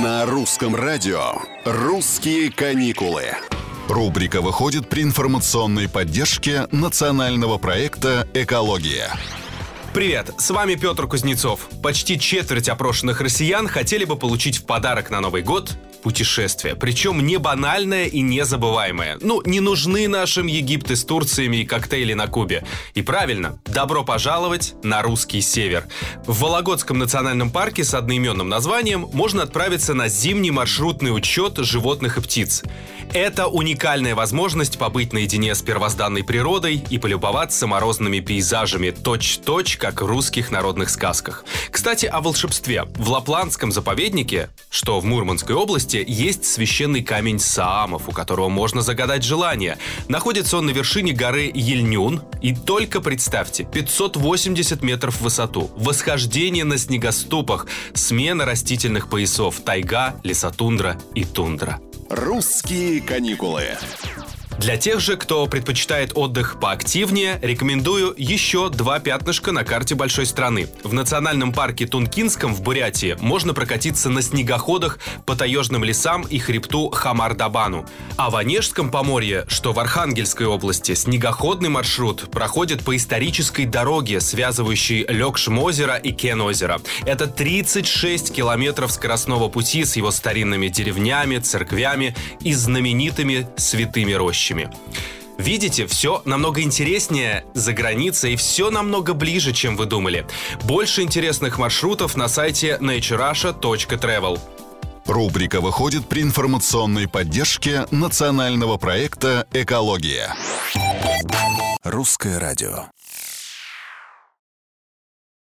На русском радио «Русские каникулы». Рубрика выходит при информационной поддержке национального проекта «Экология». Привет, с вами Петр Кузнецов. Почти четверть опрошенных россиян хотели бы получить в подарок на Новый год путешествие. Причем не банальное и незабываемое. Не нужны нашим Египты с Турциями и коктейли на Кубе. И правильно, добро пожаловать на русский север. В Вологодском национальном парке с одноименным названием можно отправиться на зимний маршрутный учет животных и птиц. Это уникальная возможность побыть наедине с первозданной природой и полюбоваться морозными пейзажами, точь-в-точь, как в русских народных сказках. Кстати, о волшебстве. В Лапландском заповеднике, что в Мурманской области, есть священный камень Саамов, у которого можно загадать желание. Находится он на вершине горы Ельнюн. И только представьте, 580 метров в высоту, восхождение на снегоступах, смена растительных поясов, тайга, лесотундра и тундра. Русские каникулы. Для тех же, кто предпочитает отдых поактивнее, рекомендую еще 2 пятнышка на карте большой страны. В национальном парке Тункинском в Бурятии можно прокатиться на снегоходах по таежным лесам и хребту Хамар-Дабану. А в Онежском поморье, что в Архангельской области, снегоходный маршрут проходит по исторической дороге, связывающей Лёкшм-озеро и Кен-озеро. Это 36 километров скоростного пути с его старинными деревнями, церквями и знаменитыми святыми рощами. Видите, все намного интереснее за границей и все намного ближе, чем вы думали. Больше интересных маршрутов на сайте naturerussia.travel. Рубрика выходит при информационной поддержке национального проекта «Экология». Русское радио.